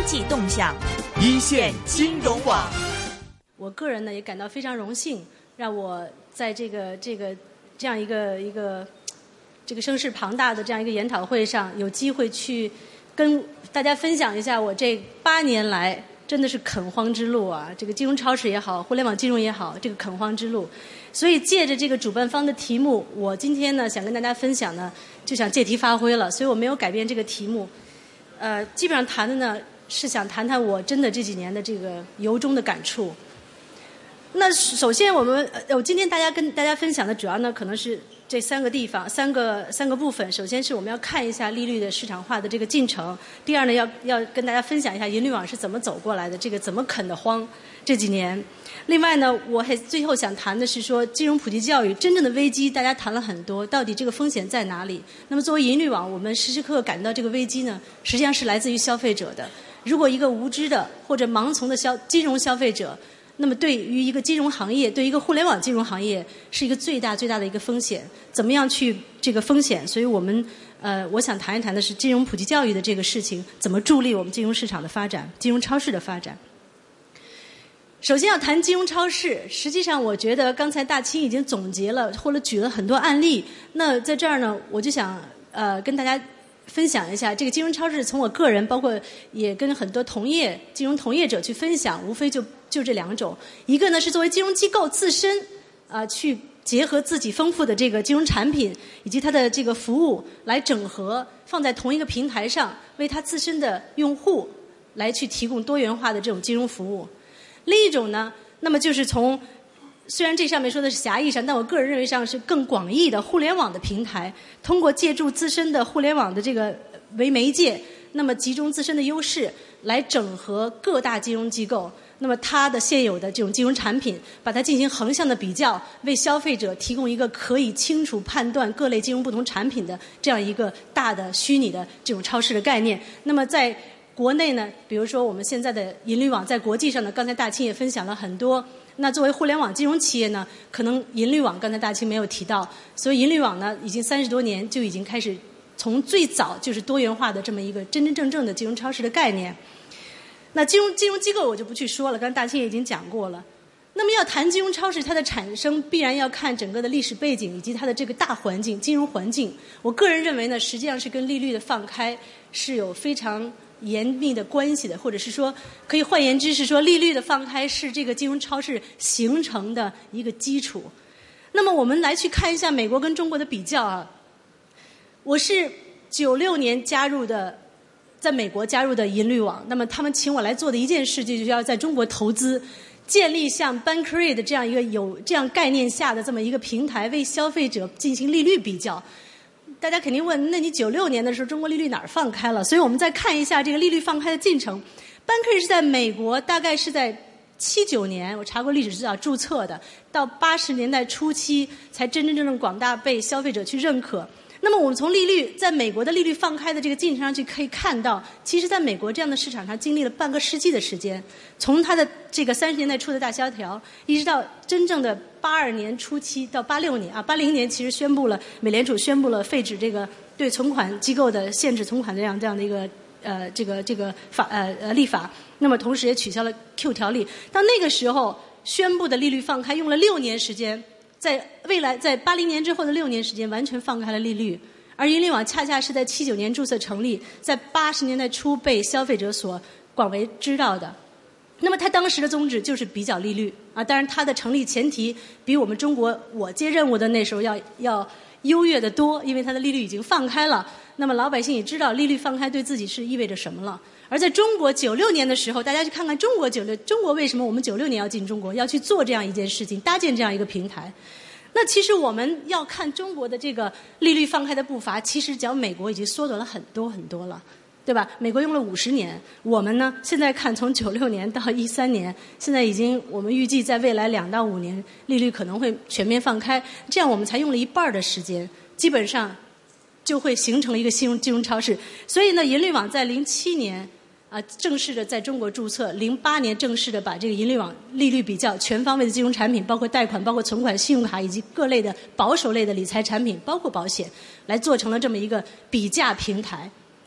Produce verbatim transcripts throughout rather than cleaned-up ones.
济动向，一线金融网。 我个人呢也感到非常荣幸，让我在这个这个这样一个一个这个声势庞大的这样一个研讨会上，有机会去跟大家分享一下我这八年来真的是垦荒之路啊！这个金融超市也好，互联网金融也好，这个垦荒之路。所以借着这个主办方的题目，我今天呢想跟大家分享呢，就想借题发挥了，所以我没有改变这个题目。呃，基本上谈的呢是想谈谈我真的这几年的这个由衷的感触。那首先我们呃，我今天大家跟大家分享的主要呢可能是这三个地方，三个三个部分。首先是我们要看一下利率的市场化的这个进程。第二呢，要要跟大家分享一下银律网是怎么走过来的，这个怎么啃得荒这几年。另外呢，我还最后想谈的是说，金融普及教育真正的危机，大家谈了很多，到底这个风险在哪里？那么作为银律网，我们时时刻刻感到这个危机呢，实际上是来自于消费者的。如果一个无知的或者盲从的消金融消费者，那么对于一个金融行业，对于一个互联网金融行业，是一个最大最大的一个风险。怎么样去这个风险？所以我们呃，我想谈一谈的是金融普及教育的这个事情，怎么助力我们金融市场的发展，金融超市的发展。首先要谈金融超市，实际上我觉得刚才大清已经总结了或者举了很多案例。那在这儿呢，我就想呃跟大家分享一下这个金融超市，从我个人包括也跟很多同业金融从业者去分享，无非就就这两种。一个呢是作为金融机构自身啊、呃、去结合自己丰富的这个金融产品以及它的这个服务来整合放在同一个平台上，为它自身的用户来去提供多元化的这种金融服务。另一种呢，那么就是从虽然这上面说的是狭义上，但我个人认为上是更广义的互联网的平台，通过借助自身的互联网的这个为媒介，那么集中自身的优势来整合各大金融机构，那么它的现有的这种金融产品，把它进行横向的比较，为消费者提供一个可以清楚判断各类金融不同产品的这样一个大的虚拟的这种超市的概念。那么在国内呢，比如说我们现在的银律网，在国际上呢，刚才大清也分享了很多。那作为互联网金融企业呢，可能银律网刚才大清没有提到，所以银律网呢已经三十多年就已经开始从最早就是多元化的这么一个真真正正的金融超市的概念。那金融金融机构我就不去说了，刚才大清也已经讲过了。那么要谈金融超市，它的产生必然要看整个的历史背景以及它的这个大环境、金融环境。我个人认为呢，实际上是跟利率的放开是有非常严密的关系的，或者是说可以换言之是说利率的放开是这个金融超市形成的一个基础。那么我们来去看一下美国跟中国的比较啊。我是九六年加入的，在美国加入的银律网，那么他们请我来做的一件事就是要在中国投资，建立像 Bankrate 这样一个有这样概念下的这么一个平台，为消费者进行利率比较。大家肯定问，那你九六年的时候中国利率哪儿放开了？所以我们再看一下这个利率放开的进程。Bankrate 是在美国大概是在七九年，我查过历史资料注册的，到八十年代初期才真真正正广大被消费者去认可。那么我们从利率在美国的利率放开的这个进程上去可以看到，其实在美国这样的市场上经历了半个世纪的时间，从它的这个三十年代初的大萧条，一直到真正的八二年初期到八六年啊，八零年其实宣布了美联储宣布了废止这个对存款机构的限制存款这样这样的一个呃这个这个法呃呃立法，那么同时也取消了 Q 条例。到那个时候宣布的利率放开用了六年时间。在未来，在八零年之后的六年时间，完全放开了利率，而银律网恰恰是在七九年注册成立，在八十年代初被消费者所广为知道的。那么它当时的宗旨就是比较利率啊，当然它的成立前提比我们中国我接任务的那时候要要优越的多，因为它的利率已经放开了。那么老百姓也知道利率放开对自己是意味着什么了。而在中国九六年的时候，大家去看看中国九六，中国为什么我们九六年要进中国，要去做这样一件事情，搭建这样一个平台。那其实我们要看中国的这个利率放开的步伐，其实讲美国已经缩短了很多很多了，对吧？美国用了五十年，我们呢现在看从九六年到一三年，现在已经我们预计在未来两到五年利率可能会全面放开，这样我们才用了一半的时间，基本上就会形成一个金融金融超市。所以呢，银律网在零七年啊，正式的在中国注册，零八年正式的把这个银律网利率比较全方位的金融产品，包括贷款、包括存款、信用卡以及各类的保守类的理财产品，包括保险，来做成了这么一个比价平台。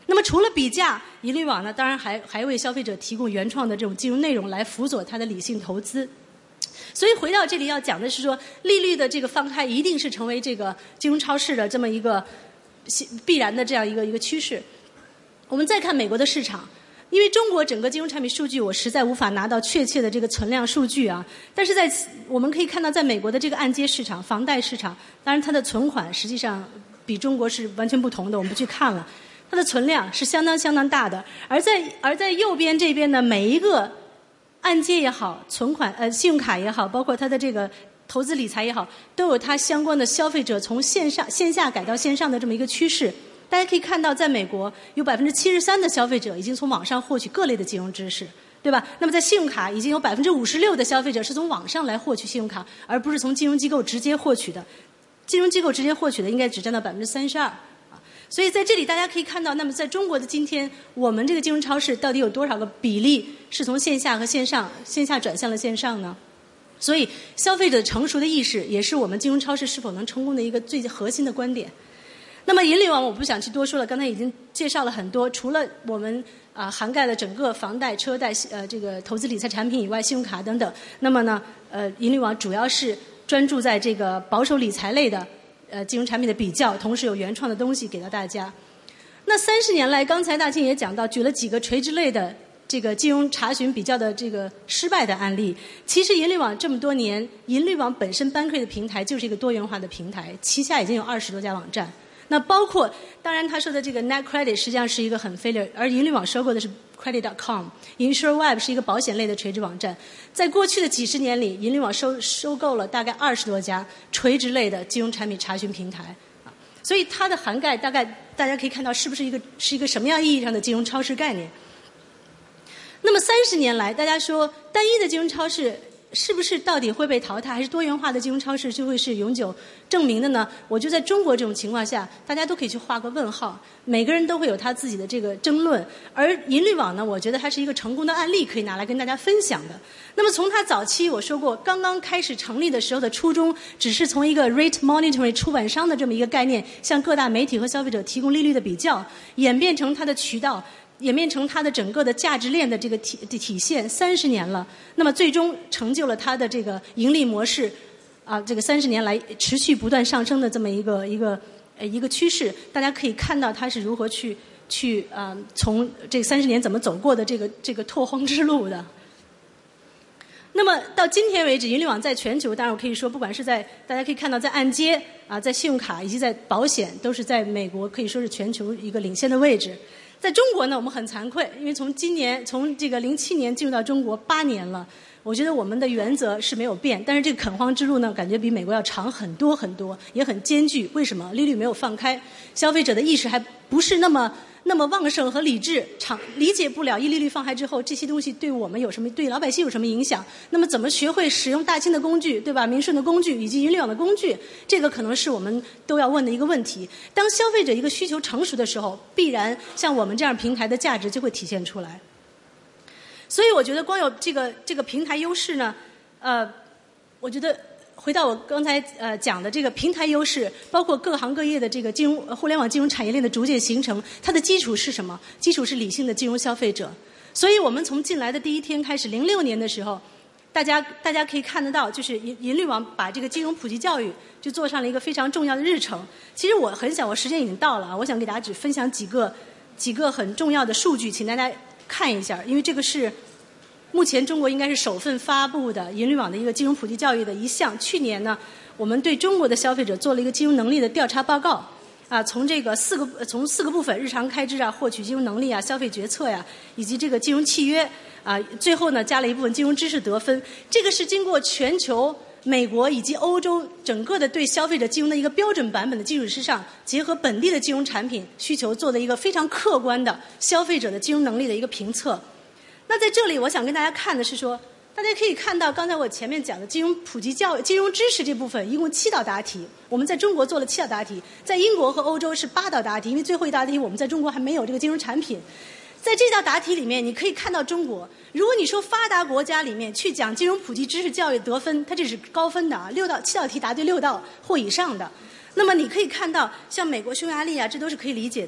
那么除了比价，银律网呢，当然还还为消费者提供原创的这种金融内容来辅佐他的理性投资。所以回到这里要讲的是说，利率的这个放开一定是成为这个金融超市的这么一个必然的这样一个一个趋势。我们再看美国的市场，因为中国整个金融产品数据我实在无法拿到确切的这个存量数据啊，但是在我们可以看到，在美国的这个按揭市场、房贷市场，当然它的存款实际上比中国是完全不同的，我们不去看了。它的存量是相当相当大的，而在而在右边这边呢，每一个按揭也好，存款呃信用卡也好，包括它的这个投资理财也好，都有它相关的消费者从线上线下改到线上的这么一个趋势。大家可以看到，在美国有百分之七十三的消费者已经从网上获取各类的金融知识，对吧？那么在信用卡，已经有百分之五十六的消费者是从网上来获取信用卡，而不是从金融机构直接获取的。金融机构直接获取的应该只占到百分之三十二。所以在这里大家可以看到，那么在中国的今天，我们这个金融超市到底有多少个比例是从线下和线上线下转向了线上呢？所以消费者成熟的意识也是我们金融超市是否能成功的一个最核心的观点。那么银律网我不想去多说了，刚才已经介绍了很多，除了我们啊、呃、涵盖了整个房贷、车贷呃这个投资理财产品以外，信用卡等等。那么呢呃银律网主要是专注在这个保守理财类的呃金融产品的比较，同时有原创的东西给到大家。那三十年来，刚才大庆也讲到，举了几个垂直类的这个金融查询比较的这个失败的案例。其实银律网这么多年，银律网本身Bankrate的平台就是一个多元化的平台，旗下已经有二十多家网站。那包括当然他说的这个 NetCredit 实际上是一个很 failure， 而银律网收购的是 Credit dot com，InsureWeb 是一个保险类的垂直网站。在过去的几十年里，银律网收收购了大概二十多家垂直类的金融产品查询平台，所以它的涵盖大概大家可以看到是不是一个是一个什么样意义上的金融超市概念。那么三十年来，大家说单一的金融超市是不是到底会被淘汰，还是多元化的金融超市就会是永久证明的呢？我觉得在中国这种情况下，大家都可以去画个问号，每个人都会有他自己的这个争论。而银律网呢，我觉得它是一个成功的案例，可以拿来跟大家分享的。那么从它早期我说过，刚刚开始成立的时候的初衷，只是从一个 rate monitoring 出版商的这么一个概念，向各大媒体和消费者提供利率的比较，演变成它的渠道，演变成它的整个的价值链的这个体体现，三十年了。那么最终成就了它的这个盈利模式，啊，这个三十年来持续不断上升的这么一个一个呃一个趋势。大家可以看到它是如何去去啊、呃、从这三十年怎么走过的这个这个拓荒之路的。那么到今天为止，银律网在全球，当然我可以说，不管是在大家可以看到，在按揭啊，在信用卡以及在保险，都是在美国可以说是全球一个领先的位置。在中国呢，我们很惭愧，因为从今年从这个零七年进入到中国八年了，我觉得我们的原则是没有变，但是这个垦荒之路呢，感觉比美国要长很多很多，也很艰巨。为什么？利率没有放开，消费者的意识还不是那么那么旺盛和理智，长理解不了一利率放开之后这些东西对我们有什么，对老百姓有什么影响。那么怎么学会使用大清的工具，对吧？民顺的工具以及银律网的工具，这个可能是我们都要问的一个问题。当消费者一个需求成熟的时候，必然像我们这样平台的价值就会体现出来。所以我觉得光有这个这个平台优势呢，呃，我觉得回到我刚才呃讲的这个平台优势，包括各行各业的这个金融互联网金融产业链的逐渐形成，它的基础是什么？基础是理性的金融消费者。所以我们从进来的第一天开始，零六年的时候，大家大家可以看得到，就是银银律网把这个金融普及教育就做上了一个非常重要的日程。其实我很想，我时间已经到了啊，我想给大家只分享几个几个很重要的数据，请大家看一下，因为这个是目前中国应该是首份发布的银律网的一个金融普及教育的一项。去年呢，我们对中国的消费者做了一个金融能力的调查报告，啊，从这个四个从四个部分，日常开支啊、获取金融能力啊、消费决策呀、啊，以及这个金融契约啊，最后呢加了一部分金融知识得分。这个是经过全球、美国以及欧洲整个的对消费者金融的一个标准版本的基础之上，结合本地的金融产品需求做的一个非常客观的消费者的金融能力的一个评测。那在这里我想跟大家看的是说，大家可以看到刚才我前面讲的金融普及教育、金融知识这部分一共七道答题，我们在中国做了七道答题，在英国和欧洲是八道答题，因为最后一道题我们在中国还没有这个金融产品。在这道答题里面，你可以看到中国，如果你说发达国家里面去讲金融普及知识教育得分，它这是高分的啊，六道七道题答对六道或以上的。那么你可以看到像美国、匈牙利啊，这都是可以理解的。但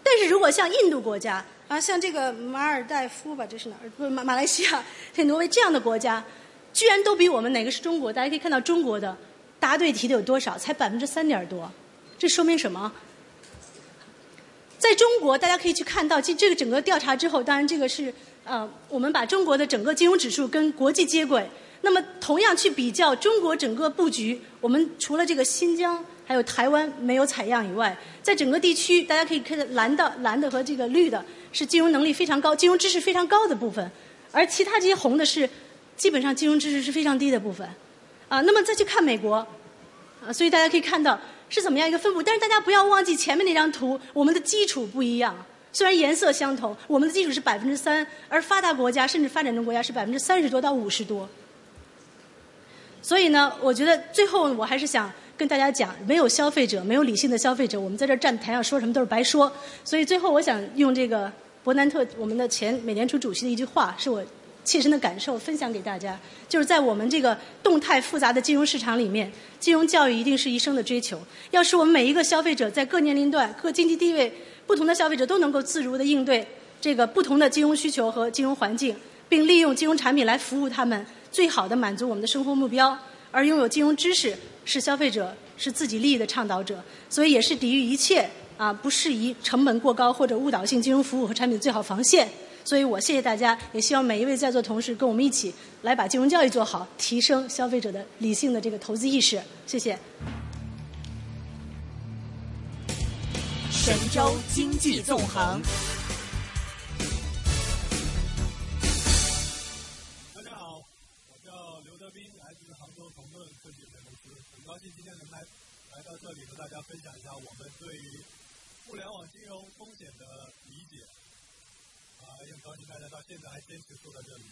但是如果像印度国家啊，像这个马尔代夫吧，这是哪儿？不，马马来西亚、这挪威这样的国家，居然都比我们哪个是中国？大家可以看到中国的答对题的有多少？才百分之三点多，这说明什么？在中国，大家可以去看到，这这个整个调查之后，当然这个是呃，我们把中国的整个金融指数跟国际接轨。那么，同样去比较中国整个布局，我们除了这个新疆还有台湾没有采样以外，在整个地区，大家可以看到蓝的、蓝的和这个绿的是金融能力非常高、金融知识非常高的部分，而其他这些红的是基本上金融知识是非常低的部分。啊，那么再去看美国，啊，所以大家可以看到是怎么样一个分布。但是大家不要忘记前面那张图，我们的基础不一样。虽然颜色相同，我们的基础是百分之三，而发达国家甚至发展中国家是百分之三十多到五十多。所以呢，我觉得最后我还是想跟大家讲，没有消费者，没有理性的消费者，我们在这站台上说什么都是白说。所以最后我想用这个伯南特我们的前美联储主席的一句话，是我切身的感受分享给大家，就是在我们这个动态复杂的金融市场里面，金融教育一定是一生的追求。要是我们每一个消费者在各年龄段、各经济地位不同的消费者都能够自如地应对这个不同的金融需求和金融环境，并利用金融产品来服务他们，最好的满足我们的生活目标。而拥有金融知识是消费者是自己利益的倡导者，所以也是抵御一切啊不适宜、成本过高或者误导性金融服务和产品的最好防线。所以我谢谢大家，也希望每一位在座同事跟我们一起来把金融教育做好，提升消费者的理性的这个投资意识。谢谢。 神州经济纵横。 大家好，我叫刘德斌，来自杭州同盾科技有限公司，很高兴今天能来来到这里和大家分享一下我们对于互联网金融风险的理解。啊，也很高兴大家到现在还坚持坐在这里。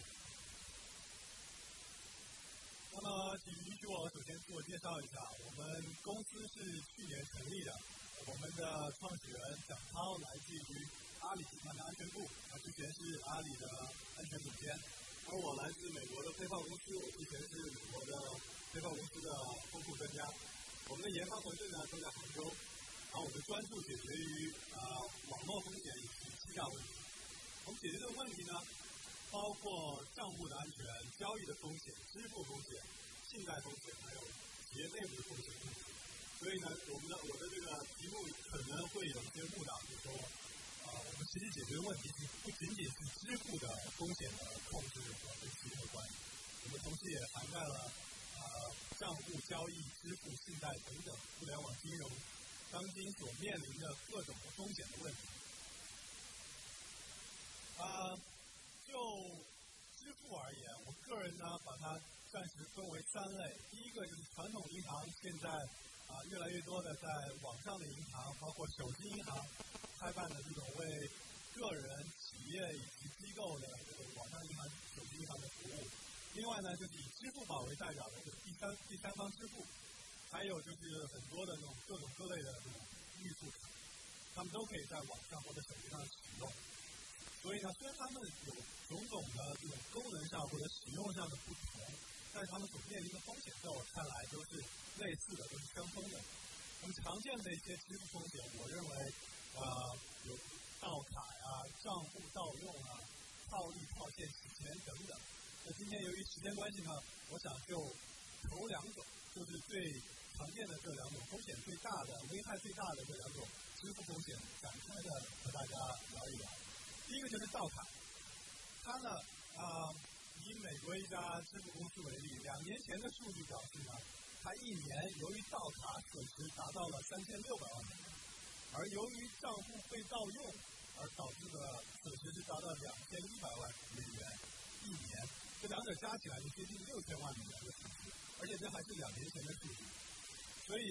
那么，请允许我首先自我介绍一下，我们公司是去年成立的，我们的创始人蒋涛来自于阿里集团的安全部，他之前是阿里的安全总监，而我来自美国的配炮公司，我之前是美国的配炮公司的风控专家。我们的研发团队呢都在杭州，然后我们专注解决于啊、呃、网络风险以及欺诈问题。我们解决这个问题呢，包括账户的安全、交易的风险、支付风险、信贷风险，还有企业内部的风险。所以呢，我们的我的这个题目可能会有一些误导，就是说，呃，我们实际解决的问题是不仅仅是支付的风险的控制和分析有关，我们同时也涵盖了呃账户交易、支付、信贷等等互联网金融当今所面临的各种的风险的问题。啊、呃，就支付而言，我个人呢把它暂时分为三类。第一个就是传统银行现在啊、呃、越来越多的在网上的银行，包括手机银行开办的这种为个人、企业以及机构的这种网上银行、手机银行的服务。另外呢，就是以支付宝为代表的这个第三第三方支付，还有就是很多的那种各种各类的这种预付卡，他们都可以在网上或者手机上使用。所以呢，虽然他们有种种的这种功能上或者使用上的不同，但是他们所面临的风险，在我看来都是类似的，都是相通的。那么常见的一些支付风险，我认为啊、呃、有盗卡呀、账户盗用啊、套利套现、洗钱等等。那今天由于时间关系呢，我想就头两种，就是最常见的这两种风险最大的、危害最大的这两种支付风险展开的和大家聊一聊。第一个就是盗卡，它呢啊、呃，以美国一家支付公司为例，两年前的数据表示呢，它一年由于盗卡损失达到了三千六百万美元，而由于账户被盗用而导致的损失是达到两千一百万美元一年，这两者加起来就接近六千万美元的损失，而且这还是两年前的数据，所以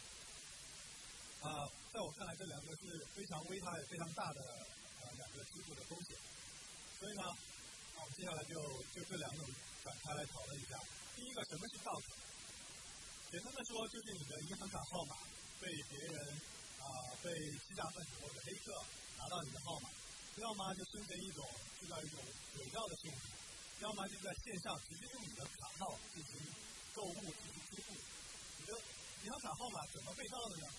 啊、呃，在我看来，这两个是非常危害非常大的。两个支付的风险，所以呢，啊，我们接下来就就这两种展开来讨论一下。第一个，什么是盗卡？简单的说，就是你的银行卡号码被别人啊、呃、被欺诈分子或者黑客拿到你的号码，要么就生成一种制造一种伪造的信息，要么就在线上直接用你的卡号进行购物、进行支付。你的银行卡号码怎么被盗的呢？很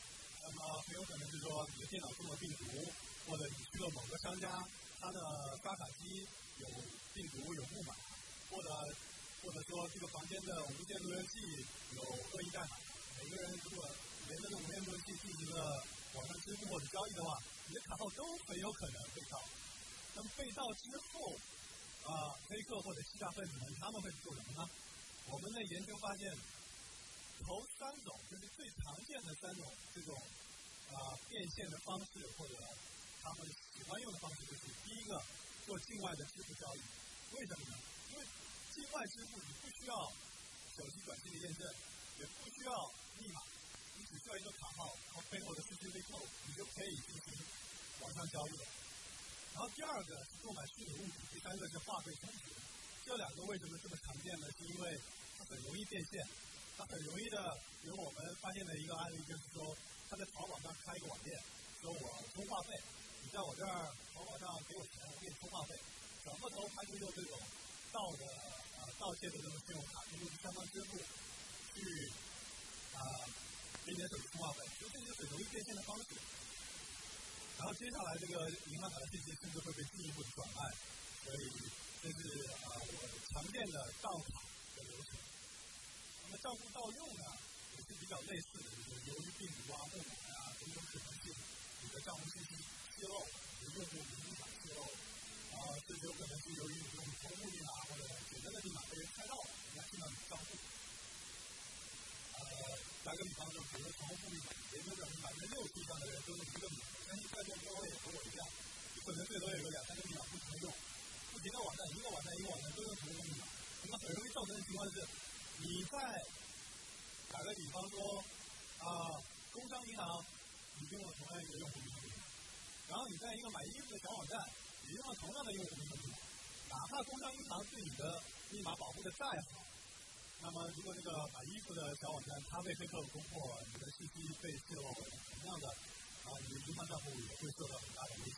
那么很有可能是说你的电脑中了病毒，或者你去了某个商家，他的刷卡机有病毒有木马，或者或者说这个房间的无线路由器有恶意代码。每个人如果连着这无线路由器进行了网上支付或者交易的话，你的卡号都很有可能被盗。那么被盗之后，啊、呃，黑客或者欺诈分子们他们会做什么呢？我们的研究发现，头三种就是最常见的三种这种啊、呃、变现的方式，或者他们喜欢用的方式，就是第一个做境外的支付交易。为什么呢？因为境外支付你不需要手机短信的验证，也不需要密码，你只需要一个卡号，然后背后的数据被扣，你就可以进行网上交易了。然后第二个是购买虚拟物品，第三个是话费充值。这两个为什么这么常见呢？是因为它很容易变现，它很容易的。比如我们发现的一个案例就是说，他在淘宝上开一个网店，说我充话费，你在我这儿淘宝上给我钱，我给你充话费。转过头他就用这种盗的呃盗窃的这种信用卡，用第三方支付去啊、呃、给你的手机充话费，所以这就是容易变现的方式。然后接下来这个银行卡的信息甚至会被进一步的转卖，所以这是啊、呃、我常见的盗卡的流程。那么账户盗用呢，也是比较类似的，就是由于病毒啊、木马啊、种种可能性，你的账户信息泄露，你的用户名密码泄露，啊、呃，这有可能是由于你用重复密码或者简单的密码被人猜到了，人家进到你账户。呃，打个比方说，比如重复密码，研究表明百分之六十以上的人都用一个密码，相信在座各位也和我一样，你可能最多有个两三个密码不停的用，不停的网站，一个网站一个网站都用同一个密码，那么很容易造成的情况是，你在打个比方说啊、呃，工商银行你用了同样一个用户名密码，然后你在一个买衣服的小网站也用了同样的用户名密码，哪怕工商银行对你的密码保护的再好，那么如果这个买衣服的小网站它被黑客攻破，你的信息被泄露，同样的啊，你的银行账户也会受到很大的威胁。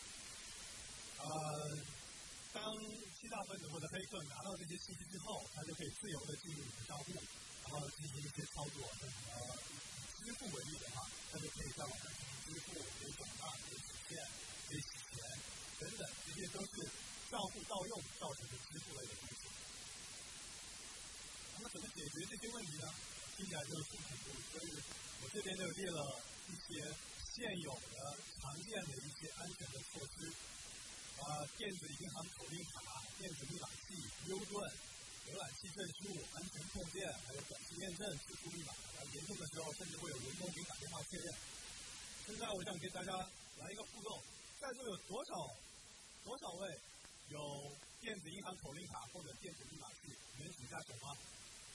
呃，当欺诈分子或者黑客拿到这些信息之后，他就可以自由的进入你的账户，然后进行一些操作。呃，以支付为例的话，他就可以在网上进行支付，可以转账，可以实现，可以洗钱等等，这些都是账户盗用造成的支付类的风险。那么怎么解决这些问题呢？听起来就是很恐怖，所以我这边就列了一些现有的、常见的一些安全的措施。啊，电子银行口令卡、电子密码器、U盾、浏览器证书、安全控件，还有短期验证、支付密码。然后严重的时候，甚至会有人工给你打电话确认。现在我想给大家来一个步骤，在座有多少多少位有电子银行口令卡或者电子密码器？你们举一下手吗？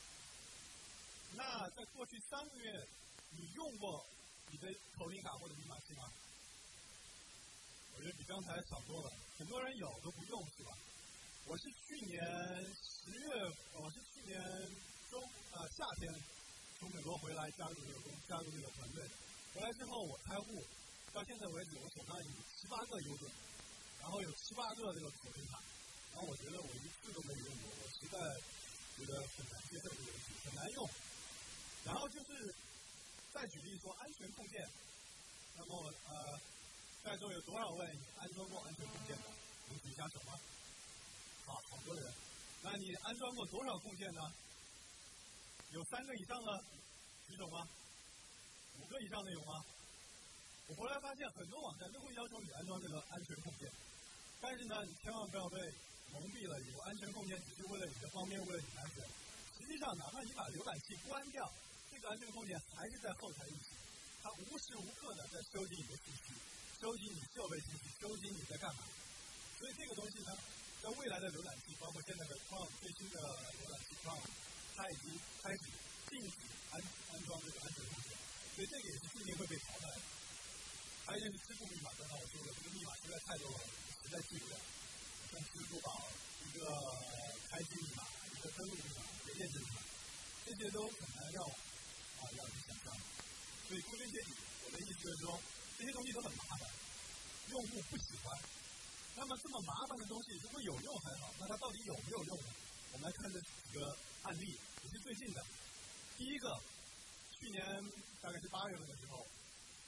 那在过去三个月，你用过你的口令卡或者密码器吗？我觉得比刚才少多了。很多人有都不用是吧？我是去年十月，我是去年中呃夏天从美国回来加入这个公加入这个团队。回来之后我开户，到现在为止我手上有七八个优盾，然后有七八个这个口令卡，然后我觉得我一次都没有用过，我实在觉得很难接受这个问题，很难用。然后就是再举例说安全控件，那么呃。在座有多少位安装过安全控件的？你举一下手吗？好，好多人。那你安装过多少控件呢？有三个以上的举手吗？五个以上的有吗？我回来发现很多网站都会要求你安装这个安全控件，但是呢，你千万不要被蒙蔽了，以为安全控件只是为了你的方便，为了你的安全。实际上，哪怕你把浏览器关掉，这个安全控件还是在后台运行，它无时无刻的在收集你的信息。收集你设备信息，收集你在干嘛？所以这个东西呢，在未来的浏览器，包括现在的 Chrome 最新的浏览器 Chrome， 它已经开始禁止安安装这个安全控件，所以这个也是注定会被淘汰的。还有就是支付密码，刚才我说的，这个密码实在太多了，实在记不了。像支付宝一个开机密码，一个登录密码，一个验证密码，这些都很难让啊让人想象。所以归根结底，我的意思就是说。这些东西都很麻烦，用户不喜欢。那么这么麻烦的东西，如果有用还好，那它到底有没有用呢？我们来看这几个案例，也是最近的。第一个，去年大概是八月份的时候，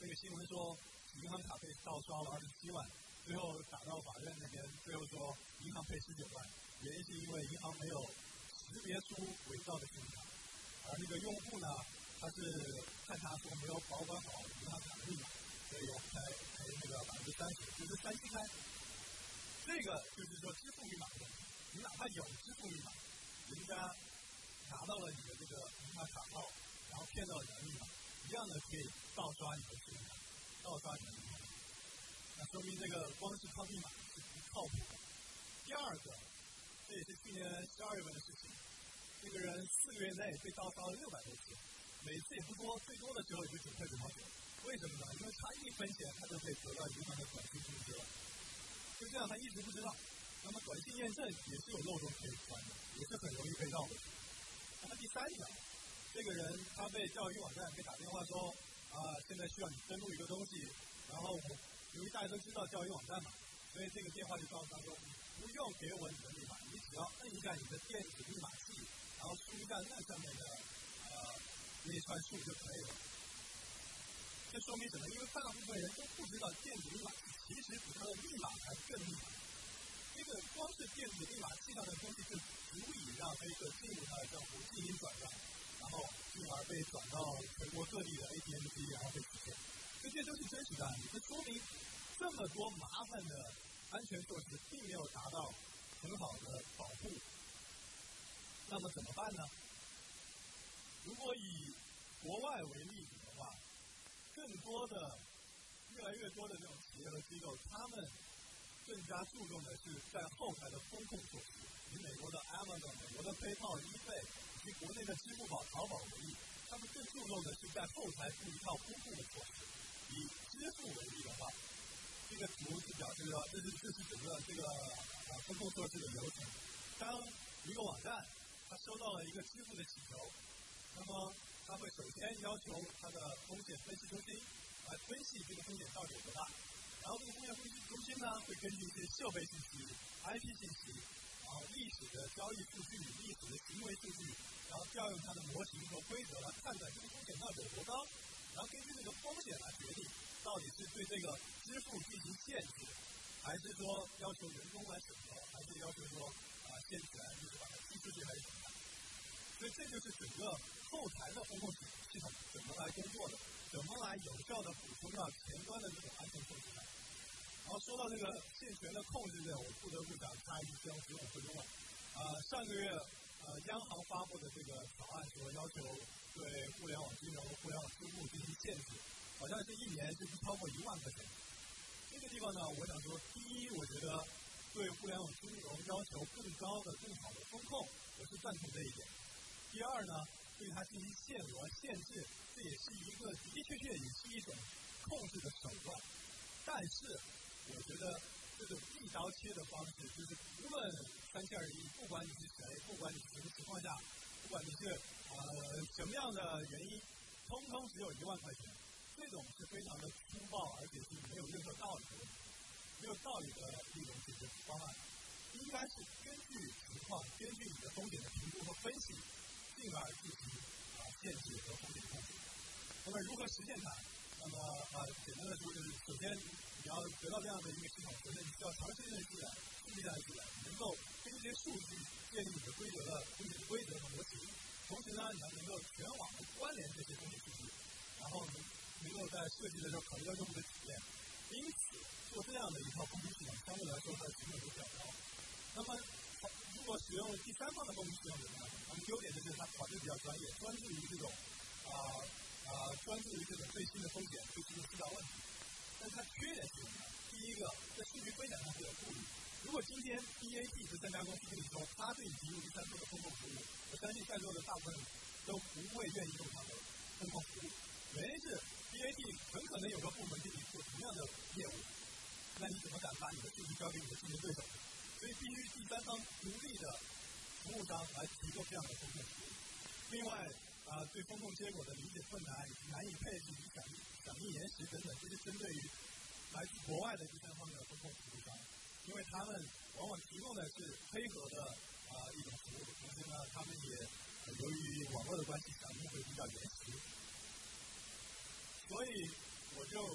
那个新闻说银行卡被盗刷了二十七万，最后打到法院那边，最后说银行赔十九万，原因是因为银行没有识别出伪造的信用卡，而那个用户呢，他是看他说没有保管好银行卡的密码，所以才赔那个百分之三十，就是三七开。这个就是说支付密码的问题，你哪怕有支付密码，人家拿到了你的这个银行卡号，然后骗到你的密码，一样的可以盗刷你的信用卡，盗刷你的密码。那说明这个光是靠密码是不靠谱的。第二个，这也是去年十二月份的事情，这个人四个月内被盗刷了六百多次，每次也不多，最多的时候也就九块九毛九。为什么呢？因为差一分钱，他就可以得到银行的短信通知了。就这样，他一直不知道。那么短信验证也是有漏洞可以钻的，也是很容易被绕过去。那么第三个，这个人他被教育网站给打电话说啊，现在需要你登录一个东西，然后我由于大家都知道教育网站嘛，所以这个电话就告诉他说，不用给我你的密码，你只要摁一下你的电子密码器，然后输一下那上面的呃那一串数就可以了。这说明什么？因为大部分人都不知道电子密码器其实比它的密码还更密码。这个光是电子密码器上的东西就足以让黑客进入他的账户进行转账，然后进而被转到全国各地的 A T M 机，然后被洗钱。这些都是真实的案例，这说明这么多麻烦的安全措施并没有达到很好的保护。那么怎么办呢？如果以国外为例子的话，更多的、越来越多的这种企业和机构，他们更加注重的是在后台的风控措施。以美国的 Amazon、美国的 PayPal、eBay 以及国内的支付宝、淘宝为例，他们更注重的是在后台布一套风控的措施。以支付为例的话，这个图是表示了这是这是整个这个呃风控措施的流程。当一个网站它收到了一个支付的请求，那么它会首先要求它的风险分析中心来分析这个风险到底有多大，然后这个风险分析中心呢会根据一些设备信息、I P 信息，然后历史的交易数据、历史的行为数据，然后调用它的模型和规则来判断这个风险到底有多高，然后根据这个风险来决定到底是对这个支付进行限制，还是说要求人工来审核，还是要求说啊、呃、限权就是把它踢出去还是怎么样？所以这就是整个后台的风控系统怎么来工作的，怎么来有效的补充到前端的这种安全措施上。然后说到这个限权的控制呢，我不得不讲插一句十五分钟了。啊、呃，上个月呃央行发布的这个草案说要求对互联网金融、互联网支付进行限制，好像是一年是不超过一万块钱。这个地方呢，我想说，第一，我觉得对互联网金融要求更高的、更好的风控，我是赞同这一点。第二呢，对它进行限额限制，这也是一个的的确确也是一种控制的手段。但是，我觉得这种一刀切的方式，就是无论三七二十一，不管你是谁，不管你是什么情况下，不管你是呃什么样的原因，通通只有一万块钱，这种是非常的粗暴，而且是没有任何道理的问题，没有道理的一种解决方案。应该是根据情况，根据你的风险的评估和分析，进而进行啊限制和风险控制。那么如何实现它？那么啊，简单的说就是，首先你要得到这样的一个系统，首先你需要长时间的积累、数据上的积累，能够根据这些数据建立你的规则的风险规则和模型。同时呢，你还能够全网的关联这些风险数据，然后能能够在设计的时候考虑到用户的体验。因此，做这样的一套风控系统，相对来说它的成本会比较高。那么，如果使用第三方的风控系统怎么样？那么优点就是它考虑比较专业，专注于这种啊啊、呃呃、专注于这种最新的风险、最新的制造问题。但是它缺点是什么呢？第一个，在数据分享上会有顾虑。如果今天 B A T 这三家公司跟你说，他对你提供第三方的风控服务，我相信在座的大部分人都不会愿意用他的风控服务。原因是 B A T 很可能有个部门跟你做同样的业务，那你怎么敢把你的数据交给你的竞争对手？所以必须第三方独立的服务商来提供这样的风控服务。另外，啊、呃，对风控结果的理解困难、难以配置、响应响应延时等等，这是针对于来自国外的第三方的风控服务商，因为他们往往提供的是黑盒的啊、呃、一种服务，同时呢，他们也、呃、由于网络的关系，响应会比较延时。所以我就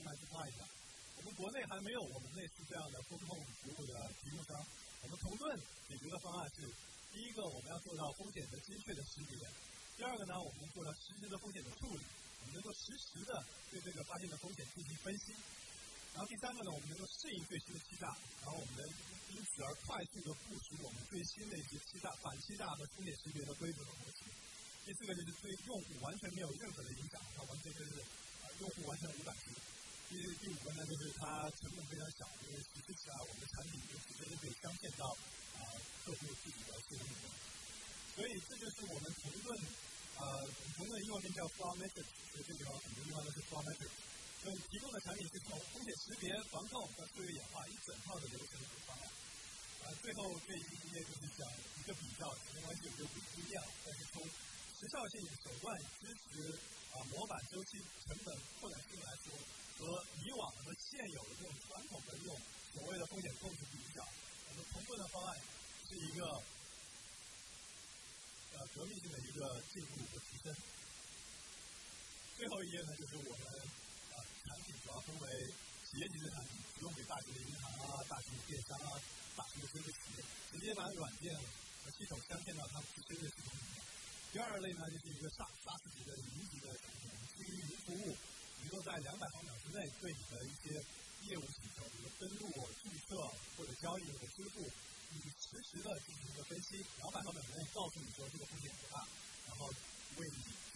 块去画一下。我们国内还没有我们类似这样的风控服务的提供商。我们同盾解决的方案是：第一个，我们要做到风险的精确的识别；第二个呢，我们做到实时的风险的处理，我们能够实时的对这个发现的风险进行分析。然后第三个呢，我们能够适应最新的欺诈，然后我们能因此而快速的部署我们最新的一些欺诈、反欺诈和风险识别的规则和模型。第四个就是对用户完全没有任何的影响，它完全就是呃用户完全无感知。第第五个呢，就是它成本非常小，因为实施起来我们的产品就直接就可以镶嵌到啊、呃、客户自己的系统里面。所以这就是我们同盾呃同盾英文名叫 Fraud Metrics， 所以这个很多地方都是 Fraud Metrics。所以提供的产品是从风险识别、防控到策略演化一整套的流程和方案。啊，最后这一页就是讲一个比较，没关系，我就不不一样，但是从时效性、手段、支持啊、模板、周期、成本、扩展性来说，和以往和现有的这种传统的这种所谓的风险控制比较，我们同盾的方案是一个呃革命性的一个进步和提升。最后一页呢，就是我们啊产品主要分为企业级的产品，提供给大型的银行啊、大型的电商啊、大型的生物企业，直接把软件和系统镶嵌到他们自身的系统里面。第二类呢，就是一个 SaaS SaaS 级的云级的产品，基于云服务，能够在两百毫秒之内对你的一些业务需求，比如登录、注册或者交易或者支付，你实时的进行一个分析，两百毫秒之内告诉你说这个风险多大，然后为你